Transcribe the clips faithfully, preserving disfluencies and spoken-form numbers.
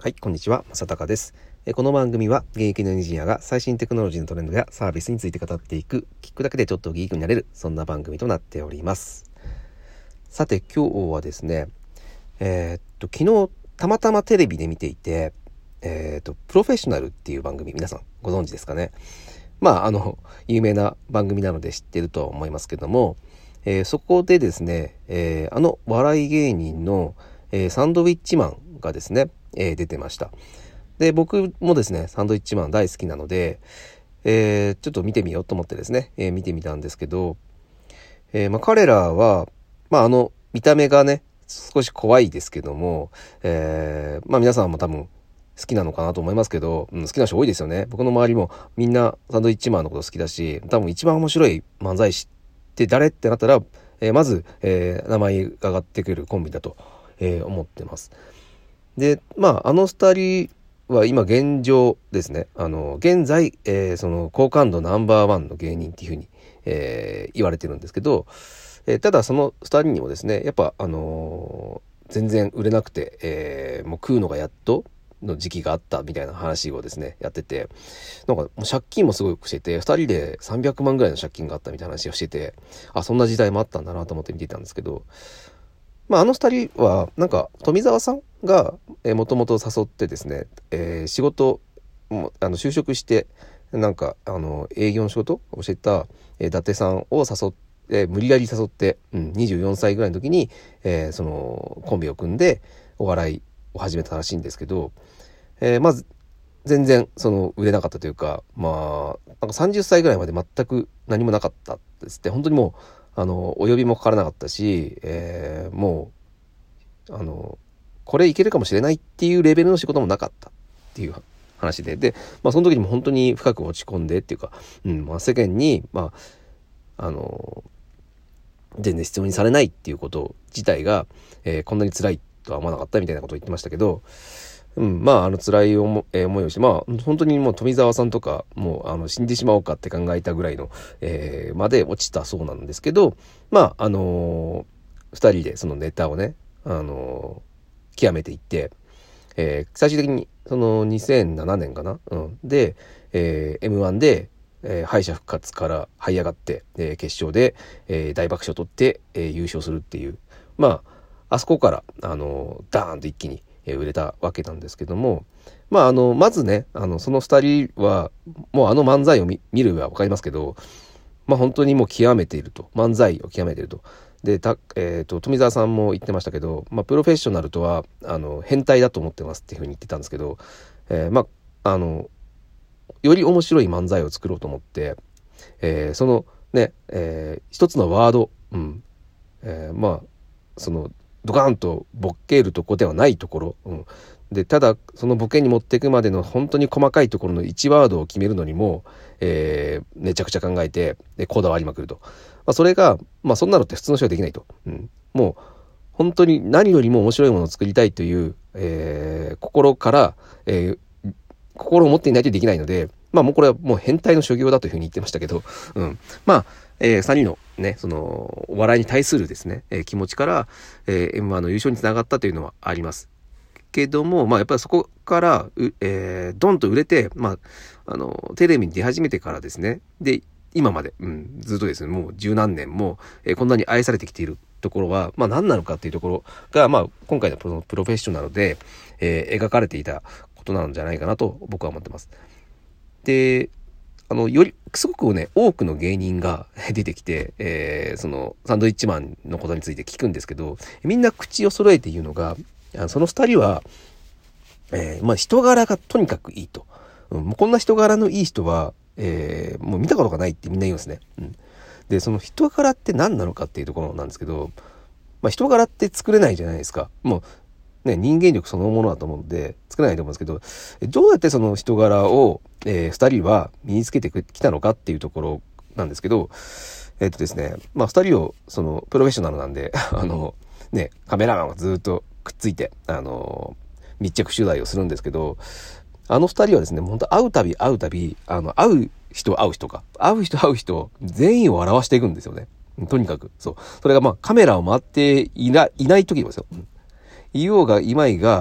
はい、こんにちは、正隆です。この番組は現役のエンジニアが最新テクノロジーのトレンドやサービスについて語っていく、聞くだけでちょっとギークになれる、そんな番組となっております。さて今日はですね、えー、っと昨日たまたまテレビで見ていて、えー、っとプロフェッショナルっていう番組、皆さんご存知ですかね。まああの有名な番組なので知ってるとは思いますけども、えー、そこでですね、えー、あの笑い芸人の、えー、サンドウィッチマンがですね、えー、出てました。で、僕もですね、サンドウィッチマン大好きなので、えー、ちょっと見てみようと思ってですね、えー、見てみたんですけど、えーまあ、彼らは、まあ、あの見た目がね少し怖いですけども、えー、まあ皆さんも多分好きなのかなと思いますけど、うん、好きな人多いですよね。僕の周りもみんなサンドウィッチマンのこと好きだし、多分一番面白い漫才師って誰ってなったら、えー、まず、えー、名前が上がってくるコンビだと、えー、思ってます。で、まああの二人は今現状ですね、あの現在、えー、その好感度ナンバーワンの芸人っていうふうに、えー、言われてるんですけど、えー、ただそのふたりにもですね、やっぱあのー、全然売れなくて、えー、もう食うのがやっとの時期があったみたいな話をですねやってて、なんかもう借金もすごくしてて、ふたりでさんびゃくまんぐらいの借金があったみたいな話をしてて、あ、そんな時代もあったんだなと思って見ていたんですけど、まあ、あのふたりはなんか富澤さんがもともと誘ってですね、えー、仕事もあの就職してなんかあの営業の仕事をしてた、えー、伊達さんを誘って、えー、無理やり誘って、うん、にじゅうよんさいぐらいの時に、えー、そのコンビを組んでお笑いを始めたらしいんですけど、えー、まず全然その売れなかったというか、まあなんかさんじゅっさいぐらいまで全く何もなかったですって。本当にもうあのお呼びもかからなかったし、えー、もうあのこれいけるかもしれないっていうレベルの仕事もなかったっていう話で、で、まあ、その時にも本当に深く落ち込んでっていうか、うんまあ、世間に、まあ、あの全然必要にされないっていうこと自体が、えー、こんなに辛いとは思わなかったみたいなことを言ってましたけど、うん、まああの辛い思、えー、思いをして、まあ本当にもう富澤さんとかもうあの死んでしまおうかって考えたぐらいの、えー、まで落ちたそうなんですけど、まああのー、ふたりでそのネタをね、あのー、極めていって、えー、最終的にそのにせんななねんかな、うん、で、えー、エムワン で、えー、敗者復活から這い上がって、えー、決勝で、えー、大爆笑を取って、えー、優勝するっていう、まああそこからあのー、ダーンと一気に売れたわけなんですけども、まああのまずね、あのそのふたりはもうあの漫才を 見, 見るは分かりますけど、まあ本当にもう極めていると、漫才を極めていると。でた、えー、と富澤さんも言ってましたけど、まあ、プロフェッショナルとはあの変態だと思ってますっていうふうに言ってたんですけど、えー、まああのより面白い漫才を作ろうと思って、えー、そのね、えー、一つのワード、うんえー、まあそのドカーンとボケるとこではないところ、うん、でただそのボケに持っていくまでの本当に細かいところのいちワードを決めるのにも、えー、めちゃくちゃ考えてでこだわりまくると、まあ、それが、まあ、そんなのって普通の人はできないと、うん、もう本当に何よりも面白いものを作りたいという、えー、心から、えー、心を持っていないとできないので、まあもうこれはもう変態の所業だというふうに言ってましたけど、うん、まあ、えー、さんにんのね、そのお笑いに対するですね、えー、気持ちから、えー、エムワン の優勝につながったというのはありますけども、まあやっぱりそこからう、えー、ドンと売れて、まああのテレビに出始めてからですね、で今まで、うん、ずっとですねもう十何年も、えー、こんなに愛されてきているところは、まあ何なのかっていうところが、まあ今回のプロ、プロフェッショナルで、えー、描かれていたことなんじゃないかなと僕は思ってます。で、あのよりすごくね多くの芸人が出てきて、えー、そのサンドイッチマンのことについて聞くんですけど、みんな口を揃えて言うのが、そのふたりは、えー、まあ人柄がとにかくいいと、うん、もうこんな人柄のいい人は、えー、もう見たことがないってみんな言いますね。うん、でその人柄って何なのかっていうところなんですけど、まあ、人柄って作れないじゃないですか。もうね、人間力そのものだと思うんで作れないと思うんですけど、どうやってその人柄を、えー、ふたりは身につけてきたのかっていうところなんですけど、えっとですね、まあふたりをそのプロフェッショナルなんであのねカメラマンがずっとくっついてあの密着取材をするんですけど、あのふたりはですね本当会うたび会うたびあの会う人会う人か会う人会う人全員を笑わしていくんですよね。とにかくそうそれがまあカメラを回っていないいない時もですよ。うん、いようがいまいが、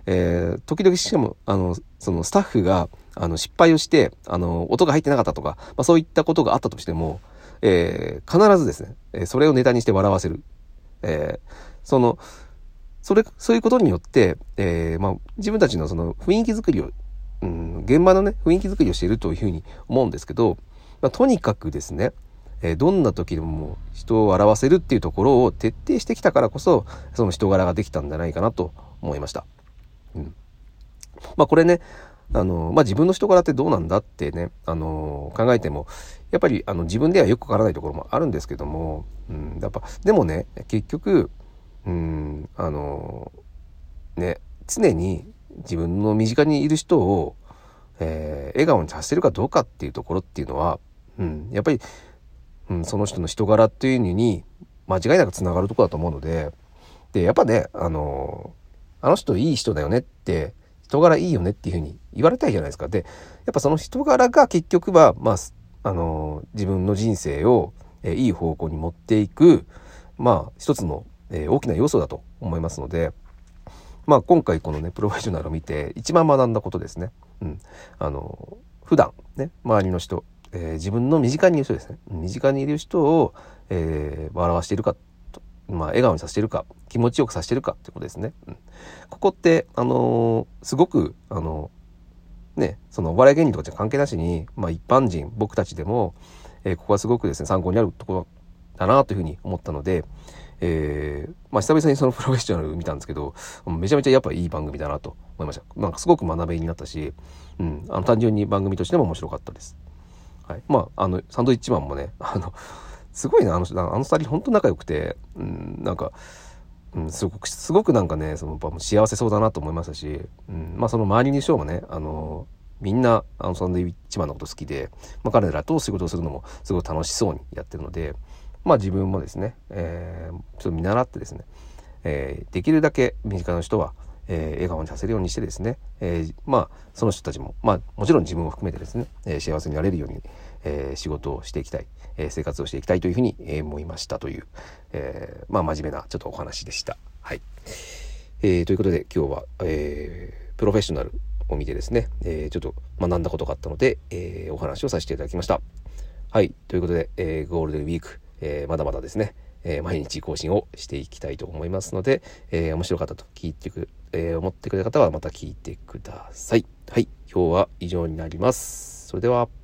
えー、時々しかも、あの、そのスタッフが、あの、失敗をして、あの、音が入ってなかったとか、まあ、そういったことがあったとしても、えー、必ずですね、えー、それをネタにして笑わせる。えー、その、それ、そういうことによって、えー、まあ、自分たちのその雰囲気作りを、うん、現場のね、雰囲気作りをしているというふうに思うんですけど、まあ、とにかくですね、えー、どんな時でももう人を笑わせるっていうところを徹底してきたからこそ、その人柄ができたんじゃないかなと思いました。うん。まあ、これね、あの、まあ、自分の人柄ってどうなんだってね、あの、考えても、やっぱり、あの、自分ではよくわからないところもあるんですけども、うん、やっぱ、でもね、結局、うん、あの、ね、常に自分の身近にいる人を、えー、笑顔にさせてるかどうかっていうところっていうのは、うん、やっぱり、うん、その人の人柄っていうのに間違いなくつながるところだと思うので、で、やっぱね、あの、あの人いい人だよねって、人柄いいよねっていうふうに言われたいじゃないですか。で、やっぱその人柄が結局は、まあ、あの、自分の人生を、えー、いい方向に持っていく、まあ、一つの、えー、大きな要素だと思いますので、まあ今回このねプロフェッショナルを見て一番学んだことですね。うん、あの普段ね周りの人、えー、自分の身近にいる人ですね。身近にいる人を、えー、笑わしているかと、まあ笑顔にさせているか、気持ちよくさせているかってことですね。うん、ここってあのー、すごくあのねそのお笑い芸人とかじゃ関係なしに、まあ一般人僕たちでも、えー、ここはすごくですね参考になるところだなというふうに思ったので。えー、まあ久々にそのプロフェッショナル見たんですけど、めちゃめちゃやっぱいい番組だなと思いました。なんかすごく学びになったし、うん、あの単純に番組としても面白かったです。はい。まあ、あの、サンドイッチマンもね、あの、すごいな、あの人、あの二人本当仲良くて、うん、なんか、うん、すごく、すごくなんかね、その、幸せそうだなと思いましたし、うん、まあその周りの人もね、あの、みんな、あの、サンドイッチマンのこと好きで、まあ彼らと仕事をするのもすごい楽しそうにやってるので、まあ自分もですね、えー、ちょっと見習ってですね、えー、できるだけ身近な人は、えー、笑顔にさせるようにしてですね、えー、まあその人たちも、まあもちろん自分を含めてですね、えー、幸せになれるように、えー、仕事をしていきたい、えー、生活をしていきたいというふうに、えー、思いましたという、えー、まあ真面目なちょっとお話でした。はい。えー、ということで今日は、えー、プロフェッショナルを見てですね、えー、ちょっと学んだことがあったので、えー、お話をさせていただきました。はい。ということで、えー、ゴールデンウィーク、えー、まだまだですね、えー、毎日更新をしていきたいと思いますので、えー、面白かったと聞いてく、えー、思ってくれた方はまた聞いてください。はい。今日は以上になります。それでは。